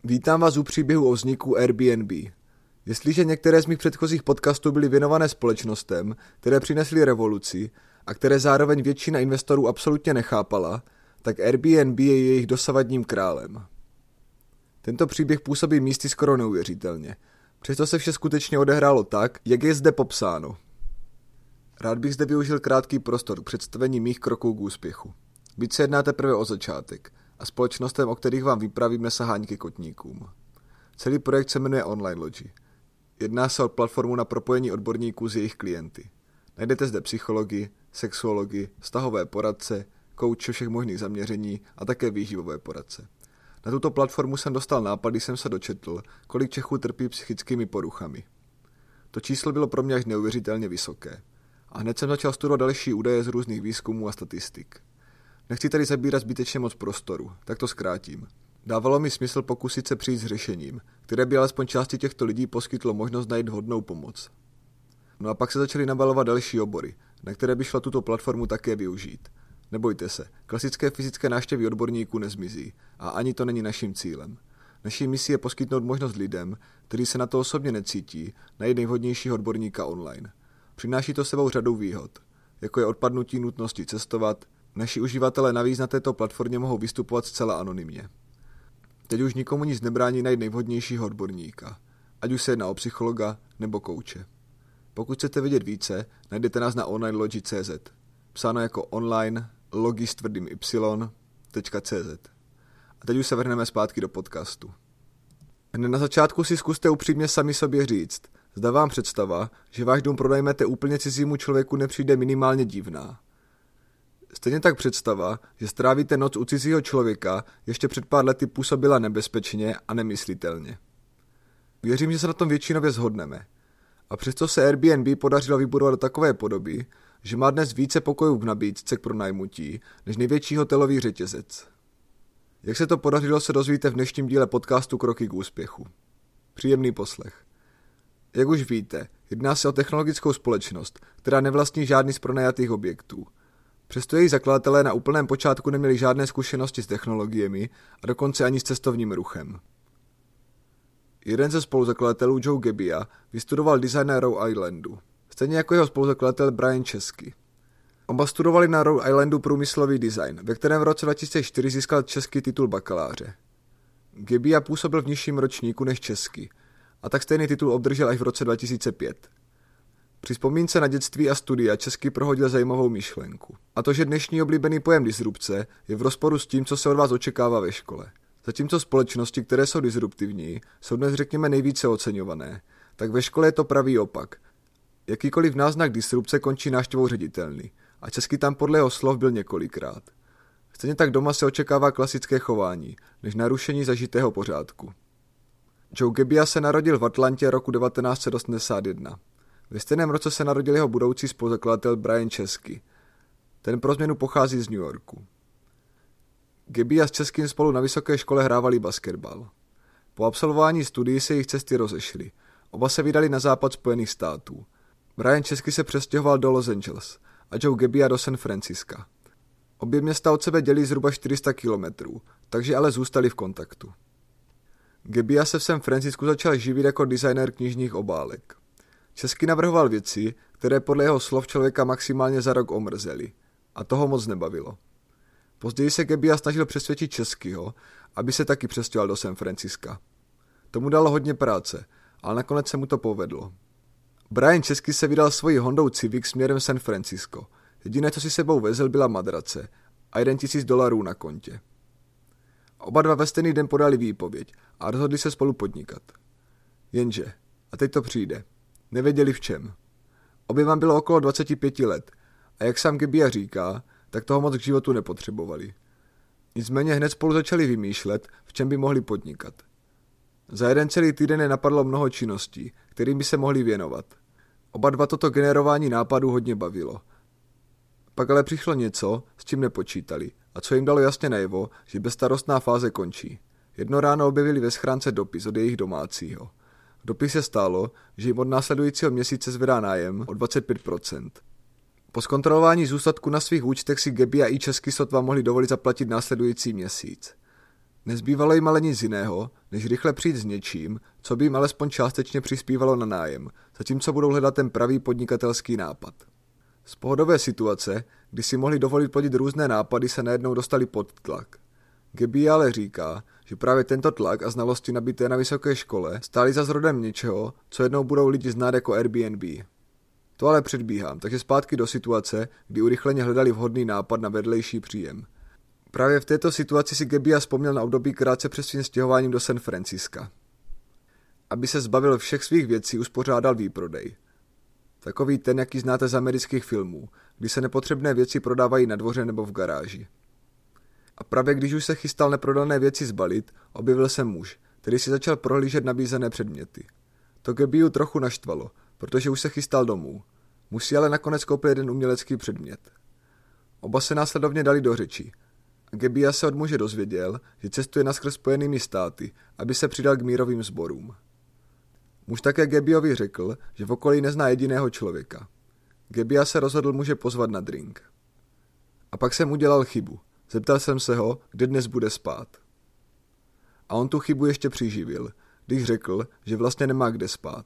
Vítám vás u příběhu o vzniku Airbnb. Jestliže některé z mých předchozích podcastů byly věnované společnostem, které přinesly revoluci a které zároveň většina investorů absolutně nechápala, tak Airbnb je jejich dosavadním králem. Tento příběh působí místy skoro neuvěřitelně. Přesto se vše skutečně odehrálo tak, jak je zde popsáno. Rád bych zde využil krátký prostor k představení mých kroků k úspěchu. Byť se jedná teprve o začátek a společnostem, o kterých vám vypravím, nesahání ke kotníkům. Celý projekt se jmenuje Online Logi. Jedná se o platformu na propojení odborníků s jejich klienty. Najdete zde psychologi, sexuologi, vztahové poradce, kouče všech možných zaměření a také výživové poradce. Na tuto platformu jsem dostal nápad, když jsem se dočetl, kolik Čechů trpí psychickými poruchami. To číslo bylo pro mě až neuvěřitelně vysoké. A hned jsem začal studovat další údaje z různých výzkumů a statistik. Nechci tady zabírat zbytečně moc prostoru, tak to zkrátím. Dávalo mi smysl pokusit se přijít s řešením, které by alespoň části těchto lidí poskytlo možnost najít vhodnou pomoc. No a pak se začaly nabalovat další obory, na které by šlo tuto platformu také využít. Nebojte se, klasické fyzické návštěvy odborníků nezmizí a ani to není naším cílem. Naší misí je poskytnout možnost lidem, kteří se na to osobně necítí, najít nejvhodnějšího odborníka online. Přináší to sebou řadu výhod, jako je odpadnutí nutnosti cestovat. Naši uživatelé navíc na této platformě mohou vystupovat zcela anonymně. Teď už nikomu nic nebrání najít nejvhodnějšího odborníka, ať už se jedná o psychologa nebo kouče. Pokud chcete vědět více, najdete nás na onlinelogi.cz, psáno jako online logi s tvrdým y.cz. A teď už se vrhneme zpátky do podcastu. Hned na začátku si zkuste upřímně sami sobě říct, zda vám představa, že váš dům pronajmete úplně cizímu člověku, nepřijde minimálně divná. Stejně tak představa, že strávíte noc u cizího člověka, ještě před pár lety působila nebezpečně a nemyslitelně. Věřím, že se na tom většinově shodneme. A přesto se Airbnb podařilo vybudovat do takové podoby, že má dnes více pokojů v nabídce k pronajmutí než největší hotelový řetězec. Jak se to podařilo, se dozvíte v dnešním díle podcastu Kroky k úspěchu. Příjemný poslech. Jak už víte, jedná se o technologickou společnost, která nevlastní žádný z pronajatých objektů. Přesto její zakladatelé na úplném počátku neměli žádné zkušenosti s technologiemi a dokonce ani s cestovním ruchem. Jeden ze spoluzakladatelů, Joe Gebbia, vystudoval design na Rhode Islandu, stejně jako jeho spoluzakladatel Brian Chesky. Oba studovali na Rhode Islandu průmyslový design, ve kterém v roce 2004 získal český titul bakaláře. Gebbia působil v nižším ročníku než Chesky, a tak stejný titul obdržel až v roce 2005. Při vzpomínce na dětství a studia Chesky prohodil zajímavou myšlenku. A to, že dnešní oblíbený pojem disrupce je v rozporu s tím, co se od vás očekává ve škole. Zatímco společnosti, které jsou disruptivní, jsou dnes řekněme nejvíce oceňované, tak ve škole je to pravý opak. Jakýkoliv náznak disrupce končí návštěvou ředitelny a Chesky tam podle jeho slov byl několikrát. Stejně tak doma se očekává klasické chování, než narušení zažitého pořádku. Joe Gebbia se narodil v Atlantě roku 1981. Ve stejném roce se narodil jeho budoucí spoluzakladatel Brian Chesky. Ten pro změnu pochází z New Yorku. Gebbia s Cheskym spolu na vysoké škole hrávali basketbal. Po absolvování studií se jejich cesty rozešly. Oba se vydali na západ Spojených států. Brian Chesky se přestěhoval do Los Angeles a Joe Gebbia do San Francisca. Obě města od sebe dělí zhruba 400 kilometrů, takže ale zůstali v kontaktu. Gebbia se v San Francisku začal živit jako designér knižních obálek. Chesky navrhoval věci, které podle jeho slov člověka maximálně za rok omrzely. A toho moc nebavilo. Později se Gebbia snažil přesvědčit Cheskyho, aby se taky přestěhoval do San Francisca. Tomu dalo hodně práce, ale nakonec se mu to povedlo. Brian Chesky se vydal svojí Hondou Civic směrem San Francisco. Jediné, co si sebou vezl, byla madrace a $1,000 na kontě. Oba dva ve stejný den podali výpověď a rozhodli se spolu podnikat. Jenže, a teď to přijde, nevěděli v čem. Oběma bylo okolo 25 let a jak sám Gebbia říká, tak toho moc k životu nepotřebovali. Nicméně hned spolu začali vymýšlet, v čem by mohli podnikat. Za jeden celý týden je napadlo mnoho činností, kterým by se mohli věnovat. Oba dva toto generování nápadů hodně bavilo. Pak ale přišlo něco, s čím nepočítali a co jim dalo jasně najevo, že bezstarostná fáze končí. Jedno ráno objevili ve schránce dopis od jejich domácího. V dopise stálo, že jim od následujícího měsíce zvedá nájem o 25%. Po zkontrolování zůstatku na svých účtech si Gebbia i Chesky sotva mohli dovolit zaplatit následující měsíc. Nezbývalo jim ale nic jiného, než rychle přijít s něčím, co by jim alespoň částečně přispívalo na nájem, zatímco budou hledat ten pravý podnikatelský nápad. Z pohodové situace, kdy si mohli dovolit plodit různé nápady, se najednou dostali pod tlak. Gaby ale říká, že právě tento tlak a znalosti nabité na vysoké škole stály za zrodem něčeho, co jednou budou lidi znát jako Airbnb. To ale předbíhám, takže zpátky do situace, kdy urychleně hledali vhodný nápad na vedlejší příjem. Právě v této situaci si Gaby vzpomněl na období krátce před svým stěhováním do San Franciska. Aby se zbavil všech svých věcí, uspořádal výprodej. Takový ten, jaký znáte z amerických filmů, kdy se nepotřebné věci prodávají na dvoře nebo v garáži. A právě když už se chystal neprodané věci zbalit, objevil se muž, který si začal prohlížet nabízené předměty. To Gabyho trochu naštvalo, protože už se chystal domů. Muž si ale nakonec koupil jeden umělecký předmět. Oba se následovně dali do řeči. A Gaby se od muže dozvěděl, že cestuje naskrz Spojenými státy, aby se přidal k mírovým sborům. Muž také Gabyovi řekl, že v okolí nezná jediného člověka. Gaby se rozhodl muže pozvat na drink. A pak jsem udělal chybu. Zeptal jsem se ho, kde dnes bude spát. A on tu chybu ještě přiživil, když řekl, že vlastně nemá kde spát.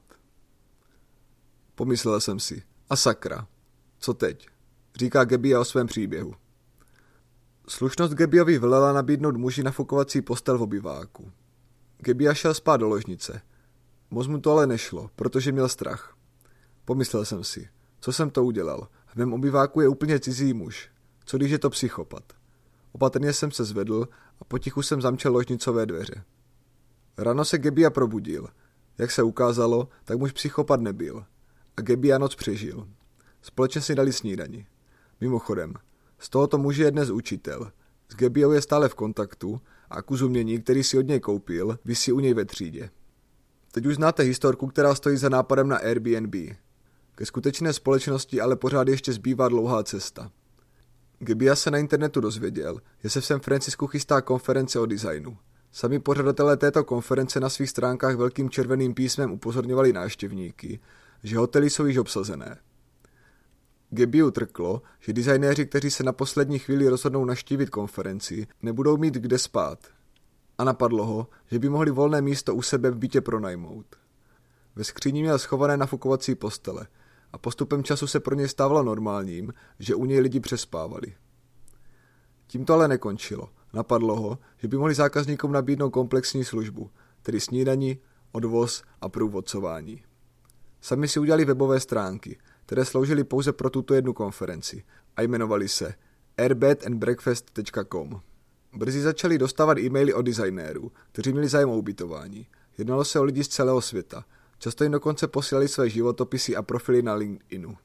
Pomyslel jsem si, a sakra, co teď? Říká Gaby o svém příběhu. Slušnost Gabyovi velela nabídnout muži nafukovací postel v obyváku. Gaby šel spát do ložnice. Moc mu to ale nešlo, protože měl strach. Pomyslel jsem si, co jsem to udělal. V mém obyváku je úplně cizí muž. Co když je to psychopat? Opatrně jsem se zvedl a potichu jsem zamčel ložnicové dveře. Ráno se Gaby probudil. Jak se ukázalo, tak muž psychopat nebyl. A Gaby noc přežil. Společně si dali snídani. Mimochodem, z tohoto muže je dnes učitel. S Gabyou je stále v kontaktu a kus umění, který si od něj koupil, visí u něj ve třídě. Teď už znáte historku, která stojí za nápadem na Airbnb. Ke skutečné společnosti ale pořád ještě zbývá dlouhá cesta. Gaby se na internetu dozvěděl, že se v San Francisku chystá konference o designu. Sami pořadatelé této konference na svých stránkách velkým červeným písmem upozorňovali návštěvníky, že hotely jsou již obsazené. Gaby utrklo, že designéři, kteří se na poslední chvíli rozhodnou navštívit konferenci, nebudou mít kde spát. A napadlo ho, že by mohli volné místo u sebe v bytě pronajmout. Ve skříni měl schované nafukovací postele a postupem času se pro něj stávalo normálním, že u něj lidi přespávali. Tím to ale nekončilo. Napadlo ho, že by mohli zákazníkům nabídnout komplexní službu, tedy snídani, odvoz a průvodcování. Sami si udělali webové stránky, které sloužily pouze pro tuto jednu konferenci a jmenovaly se airbedandbreakfast.com. Brzy začali dostávat e-maily od designérů, kteří měli zájem o ubytování. Jednalo se o lidi z celého světa. Často jim dokonce posílali své životopisy a profily na LinkedInu.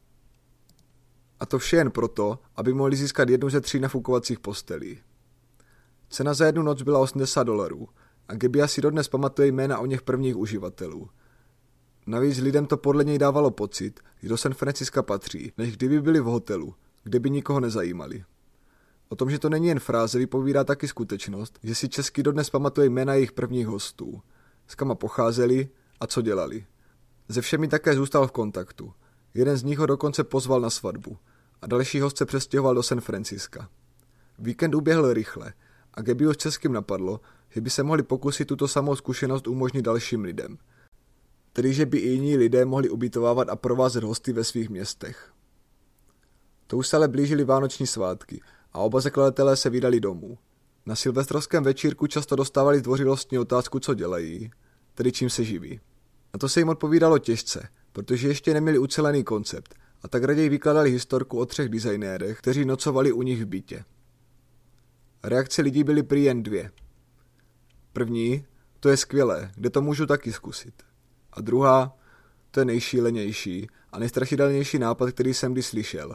A to vše jen proto, aby mohli získat jednu ze 3 nafukovacích postelí. Cena za jednu noc byla $80 a Gaby si dodnes pamatuje jména o něch prvních uživatelů. Navíc lidem to podle něj dávalo pocit, že do San Franciska patří, než kdyby byli v hotelu, kde by nikoho nezajímali. O tom, že to není jen fráze, vypovídá taky skutečnost, že si česky dodnes pamatuje jména jejich prvních hostů, s kama pocházeli a co dělali. Se všemi také zůstal v kontaktu. Jeden z nich ho dokonce pozval na svatbu a další host se přestěhoval do San Franciska. Víkend uběhl rychle a Gabyho s českým napadlo, že by se mohli pokusit tuto samou zkušenost umožnit dalším lidem. Tedy, že by i jiní lidé mohli ubytovávat a provázet hosty ve svých městech. To už se ale blížily vánoční svátky a oba zakladatelé se vydali domů. Na silvestrovském večírku často dostávali zdvořilostní otázku, co dělají, tedy čím se živí. Na to se jim odpovídalo těžce, protože ještě neměli ucelený koncept a tak raději vykladali historku o 3 designérech, kteří nocovali u nich v bytě. Reakce lidí byly prý jen 2. První, to je skvělé, kde to můžu taky zkusit. A druhá, to je nejšílenější a nejstrašidelnější nápad, který jsem kdy slyšel.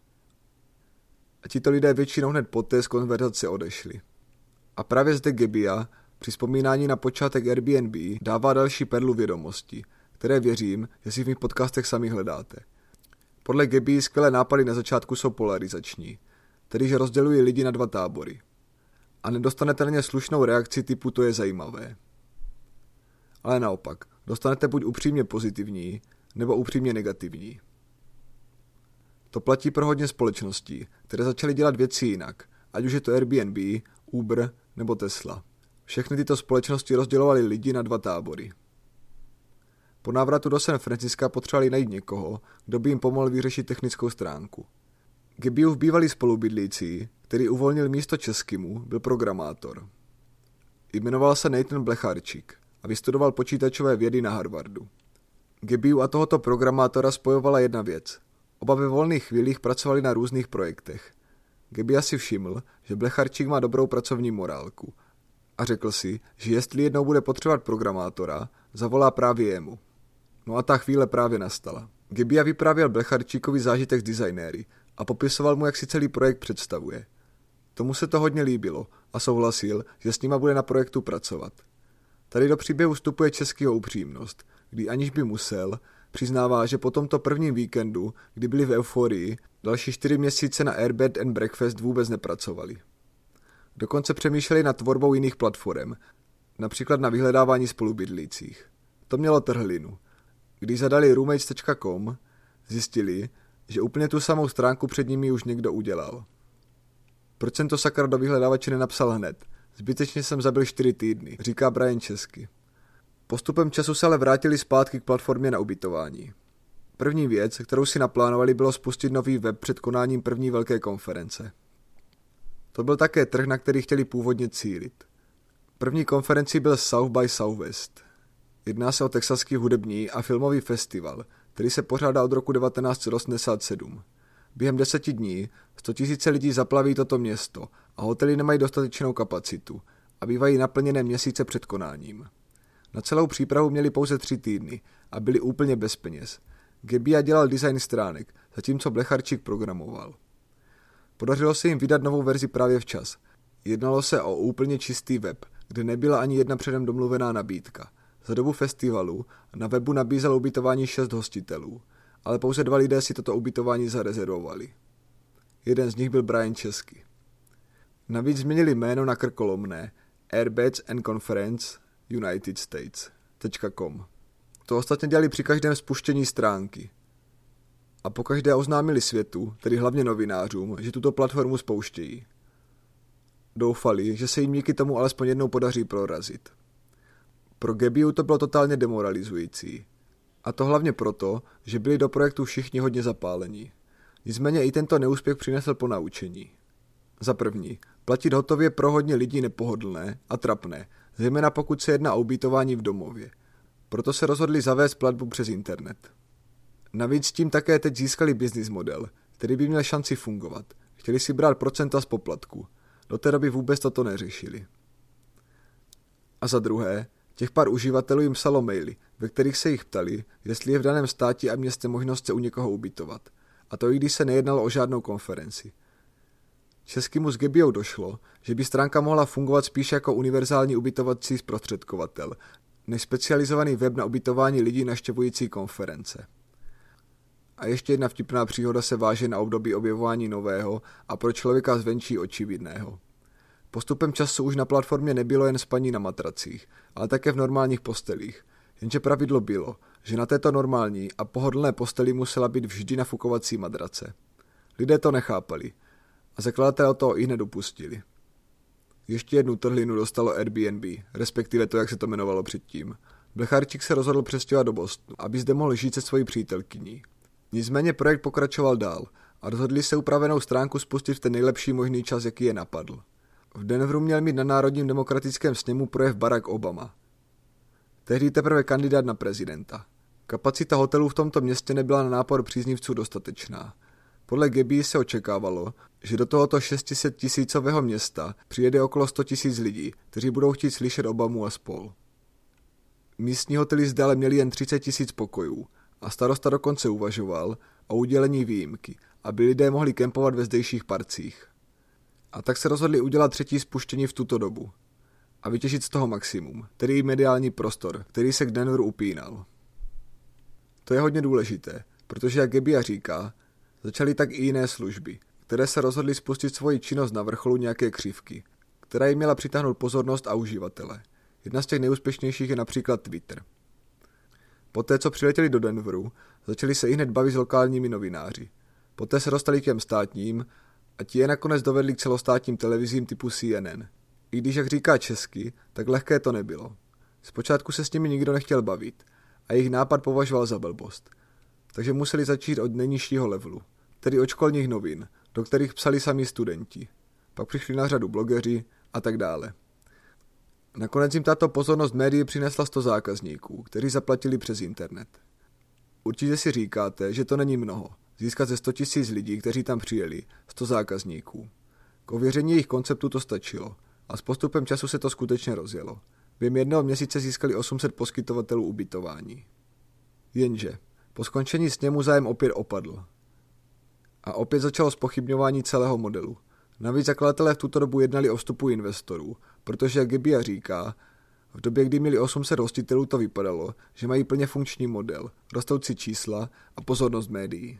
A tito lidé většinou hned poté z konverzace odešli. A právě zde Gaby při vzpomínání na počátek Airbnb dává další perlu vědomosti, které věřím, že si v mých podcastech sami hledáte. Podle Gaby skvělé nápady na začátku jsou polarizační, tedy že rozdělují lidi na 2 tábory. A nedostanete na ně slušnou reakci typu to je zajímavé. Ale naopak, dostanete buď upřímně pozitivní, nebo upřímně negativní. To platí pro hodně společností, které začaly dělat věci jinak, ať už je to Airbnb, Uber nebo Tesla. Všechny tyto společnosti rozdělovaly lidi na 2 tábory. Po návratu do San Francisca potřebovali najít někoho, kdo by jim pomohl vyřešit technickou stránku. Gabyův bývalý spolubydlící, který uvolnil místo Českému, byl programátor. Jmenoval se Nathan Blecharczyk a vystudoval počítačové vědy na Harvardu. Gabyů a tohoto programátora spojovala jedna věc. Oba ve volných chvílích pracovali na různých projektech. Gaby si všiml, že Blecharczyk má dobrou pracovní morálku a řekl si, že jestli jednou bude potřebovat programátora, zavolá právě jemu. No a ta chvíle právě nastala. Gaby vyprávěl Blecharczykovi zážitek z designéry a popisoval mu, jak si celý projekt představuje. Tomu se to hodně líbilo a souhlasil, že s nima bude na projektu pracovat. Tady do příběhu vstupuje Českýho upřímnost, kdy aniž by musel, přiznává, že po tomto prvním víkendu, kdy byli v euforii, další 4 měsíce na Airbed and Breakfast vůbec nepracovali. Dokonce přemýšleli nad tvorbou jiných platform, například na vyhledávání spolubydlících. To mělo trhlinu. Když zadali roommates.com, zjistili, že úplně tu samou stránku před nimi už někdo udělal. Proč jsem to sakra do vyhledávače nenapsal hned? Zbytečně jsem zabil 4 týdny, říká Brian Česky. Postupem času se ale vrátili zpátky k platformě na ubytování. První věc, kterou si naplánovali, bylo spustit nový web před konáním první velké konference. To byl také trh, na který chtěli původně cílit. První konferenci byl South by Southwest. Jedná se o texaský hudební a filmový festival, který se pořádá od roku 1987. Během 10 dní 100 000 lidí zaplaví toto město a hotely nemají dostatečnou kapacitu a bývají naplněné měsíce před konáním. Na celou přípravu měli pouze 3 týdny a byli úplně bez peněz. Gaby dělal design stránek, zatímco Blecharczyk programoval. Podařilo se jim vydat novou verzi právě včas. Jednalo se o úplně čistý web, kde nebyla ani jedna předem domluvená nabídka. Za dobu festivalu na webu nabízel ubytování 6 hostitelů, ale pouze 2 lidé si toto ubytování zarezervovali. Jeden z nich byl Brian Česky. Navíc změnili jméno na krkolomné Airbeds and Conference United States.com. To ostatně dělali při každém spuštění stránky. A pokaždé oznámili světu, tedy hlavně novinářům, že tuto platformu spouštějí. Doufali, že se jim díky tomu alespoň jednou podaří prorazit. Pro Gabyů to bylo totálně demoralizující. A to hlavně proto, že byli do projektu všichni hodně zapálení. Nicméně i tento neúspěch přinesl ponaučení. Za první, platit hotově pro hodně lidí nepohodlné a trapné, zejména pokud se jedná o ubytování v domově. Proto se rozhodli zavést platbu přes internet. Navíc tím také teď získali business model, který by měl šanci fungovat. Chtěli si brát procenta z poplatku. Do té doby vůbec toto neřešili. A za druhé, těch pár uživatelů jim psalo maily, ve kterých se jich ptali, jestli je v daném státě a městě možnost se u někoho ubytovat. A to i když se nejednalo o žádnou konferenci. Českému s Gabyou došlo, že by stránka mohla fungovat spíš jako univerzální ubytovací zprostředkovatel, než specializovaný web na ubytování lidí navštěvující konference. A ještě jedna vtipná příhoda se váže na období objevování nového a pro člověka zvenčí očividného. Postupem času už na platformě nebylo jen spaní na matracích, ale také v normálních postelích. Jenže pravidlo bylo, že na této normální a pohodlné posteli musela být vždy nafukovací madrace. Lidé to nechápali a zakladatelé toho i hned dopustili. Ještě jednu trhlinu dostalo Airbnb, respektive to, jak se to jmenovalo předtím. Blecharczyk se rozhodl přestěhovat do Bostonu, aby zde mohl žít se svojí přítelkyní. Nicméně projekt pokračoval dál a rozhodli se upravenou stránku spustit v ten nejlepší možný čas, jaký je napadl. V Denveru měl mít na Národním demokratickém sněmu projev Barack Obama. Tehdy teprve kandidát na prezidenta. Kapacita hotelů v tomto městě nebyla na nápor příznivců dostatečná. Podle Gaby se očekávalo, že do tohoto 600 000 města přijede okolo 100 000 lidí, kteří budou chtít slyšet Obamu a spol. Místní hotely zde ale měli jen 30 000 pokojů a starosta dokonce uvažoval o udělení výjimky, aby lidé mohli kempovat ve zdejších parcích. A tak se rozhodli udělat 3. spuštění v tuto dobu a vytěžit z toho maximum, tedy i mediální prostor, který se k Denveru upínal. To je hodně důležité, protože jak Gaby říká, začaly tak i jiné služby, které se rozhodly spustit svoji činnost na vrcholu nějaké křivky, která jim měla přitáhnout pozornost a uživatele. Jedna z těch nejúspěšnějších je například Twitter. Poté, co přiletěli do Denveru, začali se ihned bavit s lokálními novináři. Poté se dostali k těm státním a ti je nakonec dovedli k celostátním televizím typu CNN. I když, jak říká česky, tak lehké to nebylo. Zpočátku se s nimi nikdo nechtěl bavit a jejich nápad považoval za blbost. Takže museli začít od nejnižšího levelu, tedy od školních novin, do kterých psali sami studenti. Pak přišli na řadu blogeři a tak dále. Nakonec jim tato pozornost médií přinesla 100 zákazníků, kteří zaplatili přes internet. Určitě si říkáte, že to není mnoho, získat ze 100 000 lidí, kteří tam přijeli, 100 zákazníků. K ověření jejich konceptu to stačilo a s postupem času se to skutečně rozjelo. Během 1 měsíce získali 800 poskytovatelů ubytování. Jenže po skončení sněmu zájem opět opadl. A opět začalo zpochybňování celého modelu. Navíc zakladatelé v tuto dobu jednali o vstupu investorů, protože, jak Gebbia říká, v době, kdy měli 800 hostitelů, to vypadalo, že mají plně funkční model, rostoucí čísla a pozornost médií.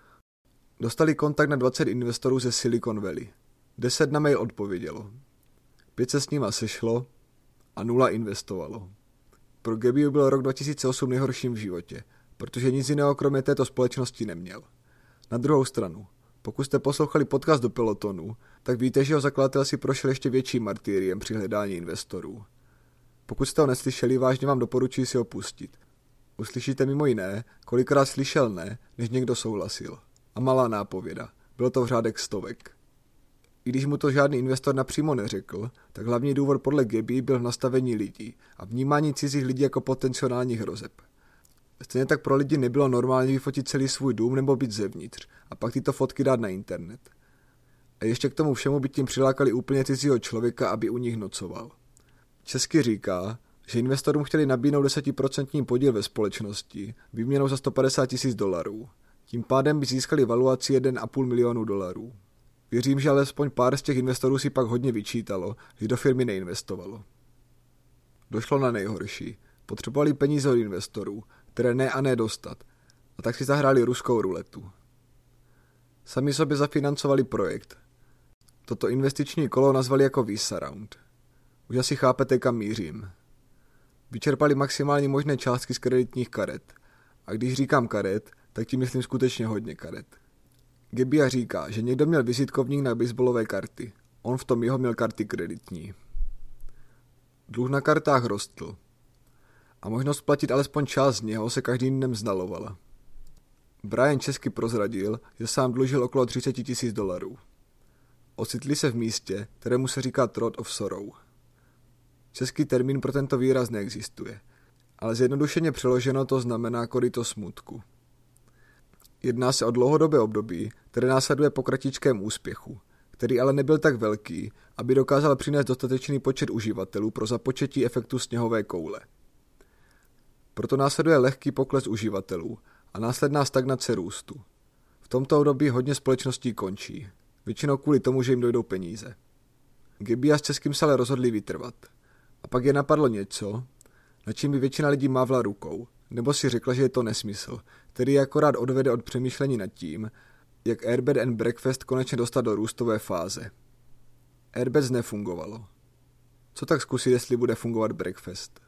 Dostali kontakt na 20 investorů ze Silicon Valley. 10 na mail odpovědělo. 5 se s nima sešlo a 0 investovalo. Pro Gebbiu byl rok 2008 nejhorším v životě, protože nic jiného kromě této společnosti neměl. Na druhou stranu, pokud jste poslouchali podcast do pelotonu, tak víte, že jeho zakladatel si prošel ještě větším martyriem při hledání investorů. Pokud jste ho neslyšeli, vážně vám doporučuji si ho pustit. Uslyšíte mimo jiné, kolikrát slyšel ne, než někdo souhlasil. A malá nápověda. Bylo to v řádek stovek. I když mu to žádný investor napřímo neřekl, tak hlavní důvod podle Gebby byl v nastavení lidí a vnímání cizích lidí jako potenciálních hrozeb. Stejně tak pro lidi nebylo normálně vyfotit celý svůj dům nebo být zevnitř a pak tyto fotky dát na internet. A ještě k tomu všemu by tím přilákali úplně cizího člověka, aby u nich nocoval. Česky říká, že investorům chtěli nabídnout 10% podíl ve společnosti výměnou za $150,000. Tím pádem by získali valuaci $1,5 milionu. Věřím, že alespoň pár z těch investorů si pak hodně vyčítalo, že do firmy neinvestovalo. Došlo na nejhorší. Potřebovali peníze od investorů, které ne a ne dostat, a tak si zahráli ruskou ruletu. Sami sobě zafinancovali projekt. Toto investiční kolo nazvali jako Visa Round. Už asi chápete, kam mířím. Vyčerpali maximálně možné částky z kreditních karet. A když říkám karet, tak tím myslím skutečně hodně karet. Gebbia říká, že někdo měl vizitkovník na baseballové karty. On v tom jeho měl karty kreditní. Dluh na kartách rostl. A možnost platit alespoň část z něho se každým dnem znalovala. Brian česky prozradil, že sám dlužil okolo $30,000. Ocitli se v místě, kterému se říká Throat of Sorrow. Český termín pro tento výraz neexistuje, ale zjednodušeně přeloženo to znamená koryto smutku. Jedná se o dlouhodobé období, které následuje po kratičkém úspěchu, který ale nebyl tak velký, aby dokázal přinést dostatečný počet uživatelů pro započetí efektu sněhové koule. Proto následuje lehký pokles uživatelů a následná stagnace růstu. V tomto období hodně společností končí, většinou kvůli tomu, že jim dojdou peníze. Gebbia s českým se ale rozhodli vytrvat. A pak je napadlo něco, na čím by většina lidí mávla rukou, nebo si řekla, že je to nesmysl, který je akorát odvede od přemýšlení nad tím, jak Airbed and Breakfast konečně dostat do růstové fáze. Airbed nefungovalo. Co tak zkusit, jestli bude fungovat Breakfast?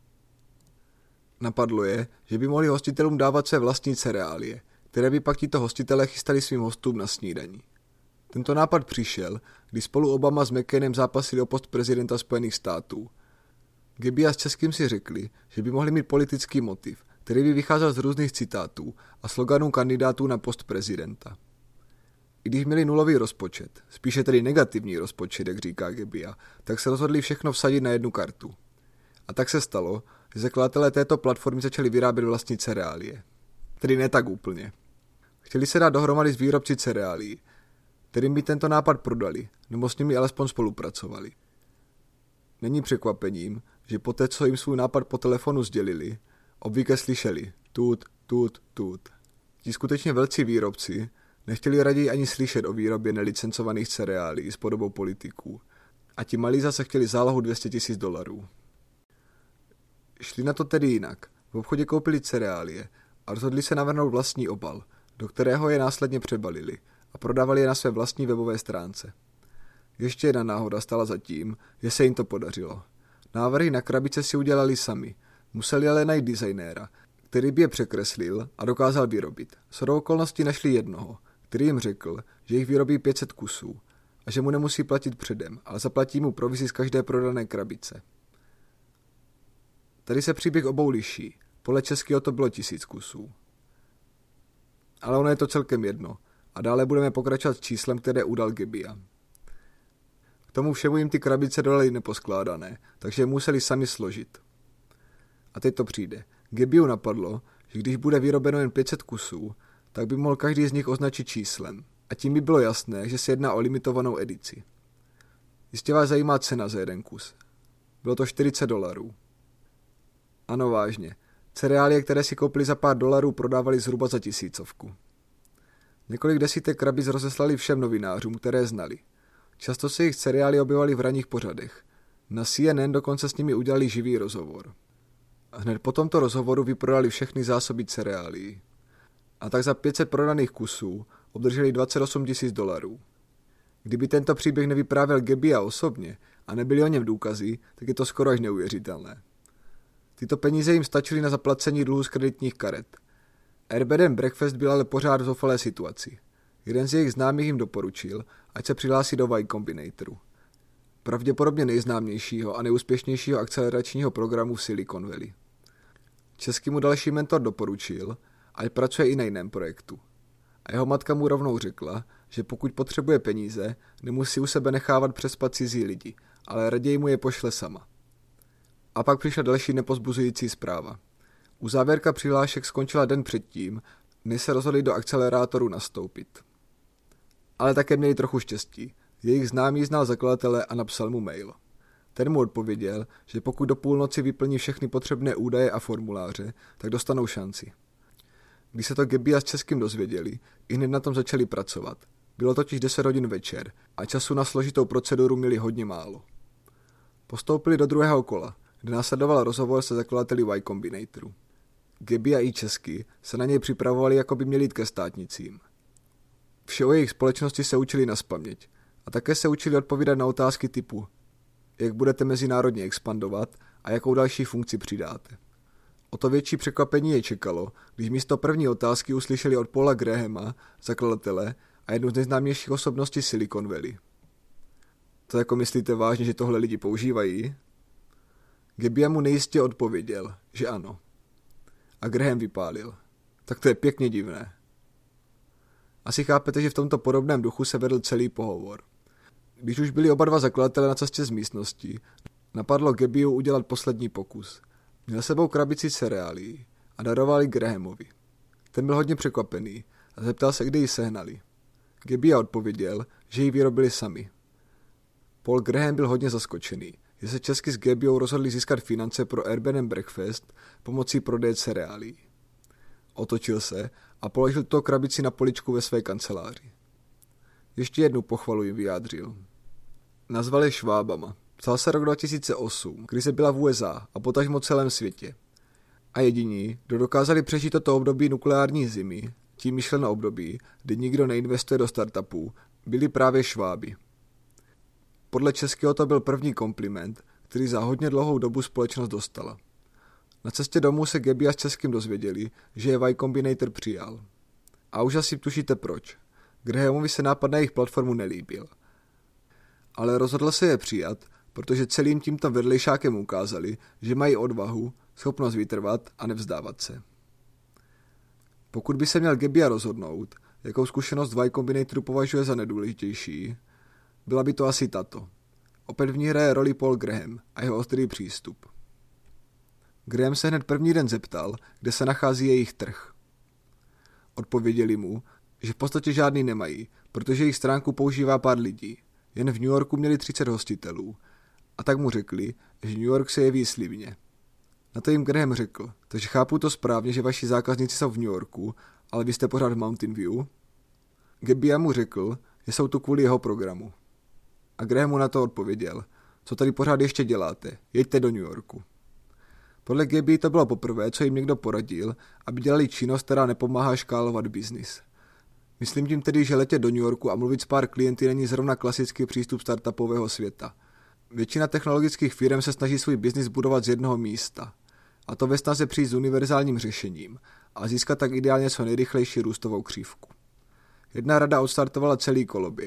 Napadlo je, že by mohli hostitelům dávat své vlastní cereálie, které by pak tito hostitelé chystali svým hostům na snídani. Tento nápad přišel, když spolu Obama s McCainem zápasili o post prezidenta Spojených států. Gebbia s českým si řekli, že by mohli mít politický motiv, který by vycházel z různých citátů a sloganů kandidátů na post prezidenta. I když měli nulový rozpočet, spíše tedy negativní rozpočet, jak říká Gebbia, tak se rozhodli všechno vsadit na jednu kartu. A tak se stalo, že zakladatelé této platformy začali vyrábět vlastní cereálie. Tedy ne tak úplně. Chtěli se dát dohromady s výrobci cereálií, kterým by tento nápad prodali, nebo s nimi alespoň spolupracovali. Není překvapením, že poté, co jim svůj nápad po telefonu sdělili, obvykle slyšeli tut, tut, tut. Ti skutečně velcí výrobci nechtěli raději ani slyšet o výrobě nelicencovaných cereálií s podobou politiků a ti malí zase chtěli zálohu $200,000. Šli na to tedy jinak. V obchodě koupili cereálie a rozhodli se navrhnout vlastní obal, do kterého je následně přebalili a prodávali je na své vlastní webové stránce. Ještě jedna náhoda stala za tím, že se jim to podařilo. Návrhy na krabice si udělali sami, museli ale najít designéra, který by je překreslil a dokázal vyrobit. Shodou okolností našli jednoho, který jim řekl, že jich vyrobí 500 kusů a že mu nemusí platit předem, ale zaplatí mu provizi z každé prodané krabice. Tady se příběh obou liší. Podle českého to bylo 1000 kusů. Ale ono je to celkem jedno. A dále budeme pokračovat s číslem, které udal Gebbia. K tomu všemu jim ty krabice dodali neposkládané, takže je museli sami složit. A teď to přijde. Gebbiu napadlo, že když bude vyrobeno jen 500 kusů, tak by mohl každý z nich označit číslem. A tím by bylo jasné, že se jedná o limitovanou edici. Jistě vás zajímá cena za jeden kus. Bylo to $40. Ano, vážně. Cereálie, které si koupili za pár dolarů, prodávali zhruba za 1000. Několik desítek krabic rozeslali všem novinářům, které znali. Často se jejich cereálie objevaly v ranních pořadech. Na CNN dokonce s nimi udělali živý rozhovor. A hned po tomto rozhovoru vyprodali všechny zásoby cereálií. A tak za 500 prodaných kusů obdrželi $28,000. Kdyby tento příběh nevyprávěl Gebbia osobně a nebyly o něm důkazy, tak je to skoro až neuvěřitelné. Tyto peníze jim stačily na zaplacení dluhu z kreditních karet. Bed & Breakfast byl ale pořád v zoufalé situaci. Jeden z jejich známých jim doporučil, ať se přihlásí do Y Combinatoru. Pravděpodobně nejznámějšího a nejúspěšnějšího akceleračního programu v Silicon Valley. Český mu další mentor doporučil, ať pracuje i na jiném projektu. A jeho matka mu rovnou řekla, že pokud potřebuje peníze, nemusí u sebe nechávat přespat cizí lidi, ale raději mu je pošle sama. A pak přišla další nepozbuzující zpráva. Uzávěrka přihlášek skončila den předtím, než se rozhodli do akcelerátoru nastoupit. Ale také měli trochu štěstí. Jejich známý znal zakladatele a napsal mu mail. Ten mu odpověděl, že pokud do půlnoci vyplní všechny potřebné údaje a formuláře, tak dostanou šanci. Když se to Gebbia s Českým dozvěděli, ihned na tom začali pracovat. Bylo totiž 10 hodin večer a času na složitou proceduru měli hodně málo. Postoupili do druhého kola, kde následoval rozhovor se zakladateli Y Combinatoru. Gebbia i Český se na něj připravovali, jako by měli jít ke státnicím. Vše o jejich společnosti se učili nazpaměť a také se učili odpovídat na otázky typu jak budete mezinárodně expandovat a jakou další funkci přidáte. O to větší překvapení je čekalo, když místo první otázky uslyšeli od Paula Grahama, zakladatele a jednu z nejznámějších osobností Silicon Valley. To jako myslíte vážně, že tohle lidi používají? Gebbia mu nejistě odpověděl, že ano. A Graham vypálil. Tak to je pěkně divné. Asi chápete, že v tomto podobném duchu se vedl celý pohovor. Když už byli oba dva zakladatelé na cestě z místnosti, napadlo Gebbiu udělat poslední pokus. Měl sebou krabici cereálií a darovali Grahamovi. Ten byl hodně překvapený a zeptal se, kde ji sehnali. Gebbia odpověděl, že ji vyrobili sami. Paul Graham byl hodně zaskočený, že se Česky s Gebbiou rozhodli získat finance pro Bed & Breakfast pomocí prodeje cereálií. Otočil se a položil to krabici na poličku ve své kanceláři. Ještě jednu pochvalu jim vyjádřil. Nazval je Švábama. Psal se rok 2008, krize byla v USA a potažmo celém světě. A jediní, kdo dokázali přežít toto období nukleární zimy, tím myšleno období, kdy nikdo neinvestuje do startupů, byli právě Šváby. Podle Českého to byl první kompliment, který za hodně dlouhou dobu společnost dostala. Na cestě domů se Gebbia s Českým dozvěděli, že je Y Combinator přijal. A už asi tušíte proč. Grahamovi se nápad na jejich platformu nelíbil. Ale rozhodl se je přijat, protože celým tímto vedlejšákem ukázali, že mají odvahu, schopnost vytrvat a nevzdávat se. Pokud by se měl Gebbia rozhodnout, jakou zkušenost Y Combinatoru považuje za nejdůležitější, byla by to asi tato. Opět v ní hraje roli Paul Graham a jeho ostrý přístup. Graham se hned první den zeptal, kde se nachází jejich trh. Odpověděli mu, že v podstatě žádný nemají, protože jejich stránku používá pár lidí. Jen v New Yorku měli 30 hostitelů. A tak mu řekli, že New York se jeví slibně. Na to jim Graham řekl, takže chápu to správně, že vaši zákazníci jsou v New Yorku, ale vy jste pořád v Mountain View? Gebbia mu řekl, že jsou tu kvůli jeho programu. A Graham mu na to odpověděl, co tady pořád ještě děláte, jeďte do New Yorku. Podle Gebbia to bylo poprvé, co jim někdo poradil, aby dělali činnost, která nepomáhá škálovat biznis. Myslím tím tedy, že letět do New Yorku a mluvit s pár klienty není zrovna klasický přístup startupového světa. Většina technologických firm se snaží svůj biznis budovat z jednoho místa. A to ve snaze přijít s univerzálním řešením a získat tak ideálně co nejrychlejší růstovou křivku. Jedna rada odstartovala celý koloběh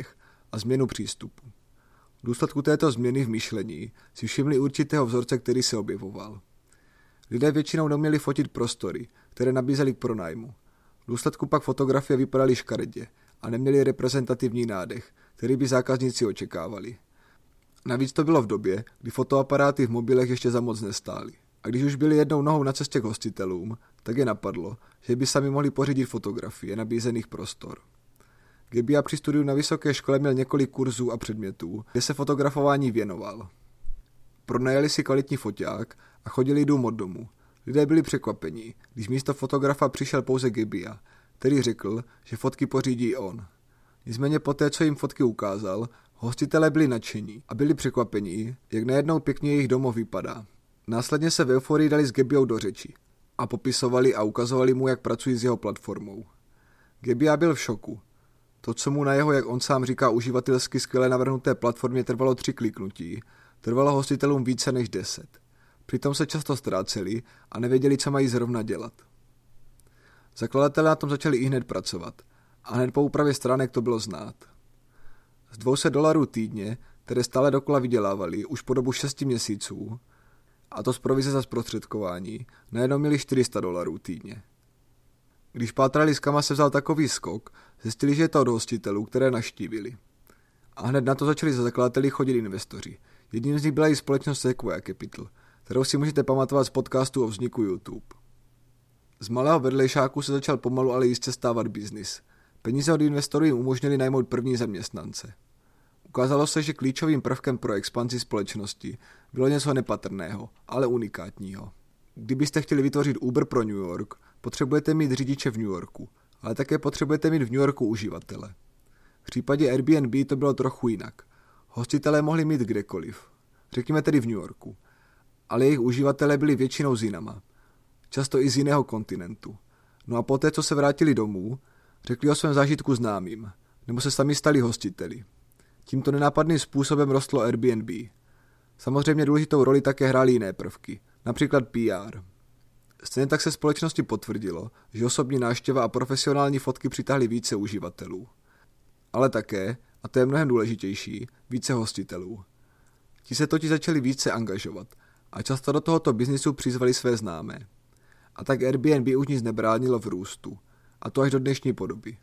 a změnu přístupu. V důsledku této změny v myšlení si všimli určitého vzorce, který se objevoval. Lidé většinou neuměli fotit prostory, které nabízeli k pronájmu. V důsledku pak fotografie vypadaly škaredě a neměly reprezentativní nádech, který by zákazníci očekávali. Navíc to bylo v době, kdy fotoaparáty v mobilech ještě za moc nestály. A když už byli jednou nohou na cestě k hostitelům, tak je napadlo, že by sami mohli pořídit fotografie nabízených prostor. Gebbia při studiu na vysoké škole měl několik kurzů a předmětů, kde se fotografování věnoval. Pronajali si kvalitní foťák a chodili dům od domu. Lidé byli překvapení, když místo fotografa přišel pouze Gebbia, který řekl, že fotky pořídí on. Nicméně poté, co jim fotky ukázal, hostitelé byli nadšení a byli překvapení, jak najednou pěkně jejich domov vypadá. Následně se v euforii dali s Gebbiou do řeči a popisovali a ukazovali mu, jak pracují s jeho platformou. Gebbia byl v šoku. To, co mu na jeho, jak on sám říká, uživatelsky skvěle navrhnuté platformě trvalo 3 kliknutí, trvalo hostitelům více než 10. Přitom se často ztráceli a nevěděli, co mají zrovna dělat. Zakladatelé na tom začali ihned pracovat a hned po úpravě stránek to bylo znát. Z $200 týdně, které stále dokola vydělávali už po dobu 6 měsíců, a to z provize za zprostředkování, najednou měli $400 týdně. Když pátrali, z kam se vzal takový skok, zjistili, že je to od hostitelů, které navštívili. A hned na to začali za zakladateli chodit investoři. Jedním z nich byla i společnost Sequoia Capital, kterou si můžete pamatovat z podcastu o vzniku YouTube. Z malého vedlejšáku se začal pomalu, ale jistě stávat biznis. Peníze od investorů jim umožnili najmout první zaměstnance. Ukázalo se, že klíčovým prvkem pro expanzi společnosti bylo něco nepatrného, ale unikátního. Kdybyste chtěli vytvořit Uber pro New York, potřebujete mít řidiče v New Yorku, ale také potřebujete mít v New Yorku uživatele. V případě Airbnb to bylo trochu jinak. Hostitelé mohli mít kdekoliv, řekněme tedy v New Yorku, ale jejich uživatelé byli většinou z jinama, často i z jiného kontinentu. No a poté, co se vrátili domů, řekli o svém zážitku známým, nebo se sami stali hostiteli. Tímto nenápadným způsobem rostlo Airbnb. Samozřejmě důležitou roli také hrály jiné prvky, například PR. Stejně tak se společnosti potvrdilo, že osobní návštěva a profesionální fotky přitáhly více uživatelů. Ale také, a to je mnohem důležitější, více hostitelů. Ti se totiž začali více angažovat a často do tohoto biznisu přizvali své známé. A tak Airbnb už nic nebránilo v růstu, a to až do dnešní podoby.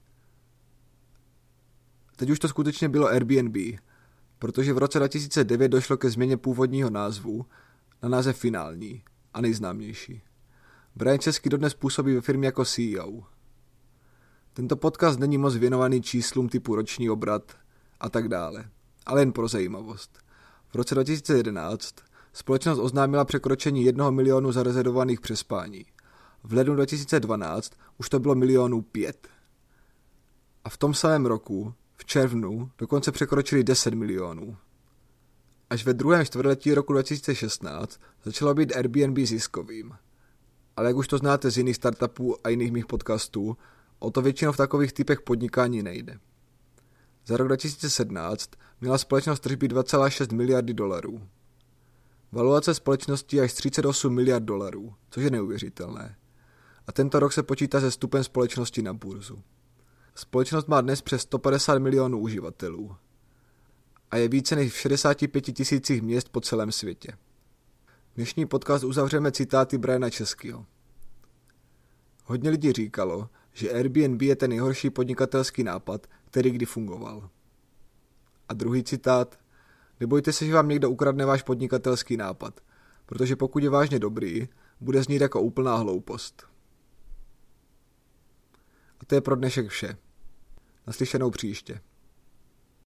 Teď už to skutečně bylo Airbnb, protože v roce 2009 došlo ke změně původního názvu na název finální a nejznámější. Brian Chesky dodnes působí ve firmě jako CEO. Tento podcast není moc věnovaný číslům typu roční obrat a tak dále, ale jen pro zajímavost. V roce 2011 společnost oznámila překročení 1 milionu zarezervovaných přespání. V lednu 2012 už to bylo 5 milionů. A v tom samém roku, v červnu, dokonce překročili 10 milionů. Až ve druhém čtvrtletí roku 2016 začalo být Airbnb ziskovým. Ale jak už to znáte z jiných startupů a jiných mých podcastů, o to většinou v takových typech podnikání nejde. Za rok 2017 měla společnost tržby 2,6 miliardy dolarů. Valuace společnosti až 38 miliard dolarů, což je neuvěřitelné. A tento rok se počítá se vstupem společnosti na burzu. Společnost má dnes přes 150 milionů uživatelů a je více než v 65 000 měst po celém světě. Dnešní podcast uzavřeme citáty Briana Cheskyho. Hodně lidí říkalo, že Airbnb je ten nejhorší podnikatelský nápad, který kdy fungoval. A druhý citát: nebojte se, že vám někdo ukradne váš podnikatelský nápad, protože pokud je vážně dobrý, bude znít jako úplná hloupost. A to je pro dnešek vše. Naslyšenou příště.